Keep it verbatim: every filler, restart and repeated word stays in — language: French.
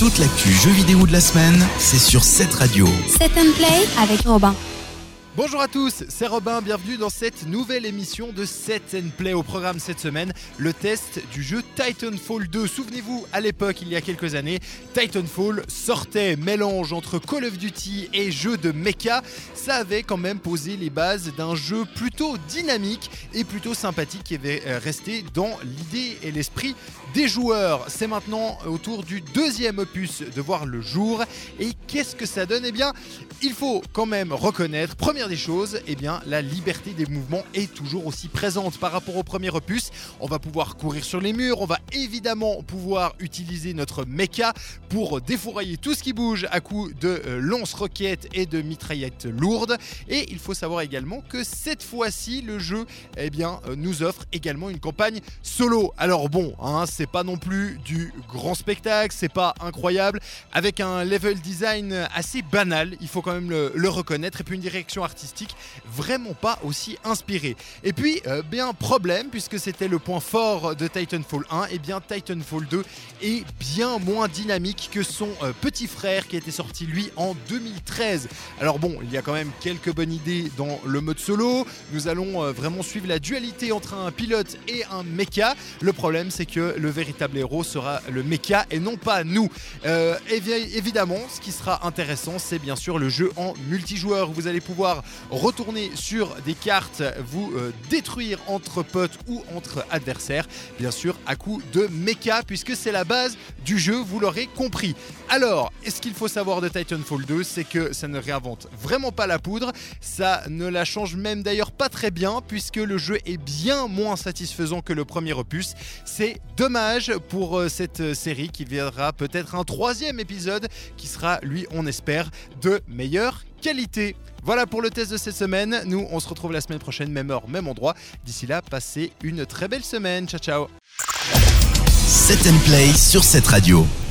Toute l'actu jeux vidéo de la semaine, c'est sur cette radio. Set and Play avec Robin. Bonjour à tous, c'est Robin, bienvenue dans cette nouvelle émission de Set and Play. Au programme cette semaine, le test du jeu Titanfall deux. Souvenez-vous, à l'époque, il y a quelques années, Titanfall sortait mélange entre Call of Duty et jeu de mecha. Ça avait quand même posé les bases d'un jeu plutôt dynamique et plutôt sympathique qui avait resté dans l'idée et l'esprit des joueurs. C'est maintenant au tour du deuxième opus de voir le jour. Et qu'est-ce que ça donne ? Eh bien, il faut quand même reconnaître, première des choses, eh bien, la liberté des mouvements est toujours aussi présente par rapport au premier opus. On va pouvoir courir sur les murs, on va évidemment pouvoir utiliser notre mecha pour défourailler tout ce qui bouge à coups de euh, lance-roquettes et de mitraillettes lourdes. Et il faut savoir également que cette fois-ci, le jeu eh bien, euh, nous offre également une campagne solo. Alors bon, hein, c'est pas non plus du grand spectacle, c'est pas incroyable, avec un level design assez banal, il faut quand même le, le reconnaître, et puis une direction artistique vraiment pas aussi inspirée. Et puis, euh, bien problème, puisque c'était le point fort de Titanfall un, et bien Titanfall deux est bien moins dynamique que son euh, petit frère qui a été sorti lui en deux mille treize. Alors bon, il y a quand même quelques bonnes idées dans le mode solo, nous allons euh, vraiment suivre la dualité entre un pilote et un mecha. Le problème, c'est que le véritable héros sera le mecha et non pas nous. Euh, évi- évidemment, ce qui sera intéressant, c'est bien sûr le jeu en multijoueur. Vous allez pouvoir retourner sur des cartes, vous euh, détruire entre potes ou entre adversaires, bien sûr à coup de mecha, puisque c'est la base du jeu, vous l'aurez compris. Alors, ce qu'il faut savoir de Titanfall deux, c'est que ça ne réinvente vraiment pas la poudre, ça ne la change même d'ailleurs pas très bien, puisque le jeu est bien moins satisfaisant que le premier opus. C'est dommage pour euh, cette série qui verra peut-être un troisième épisode qui sera, lui, on espère, de meilleure qualité. Voilà pour le test de cette semaine. Nous, on se retrouve la semaine prochaine, même heure, même endroit. D'ici là, passez une très belle semaine. Ciao, ciao. Set and Play sur cette radio.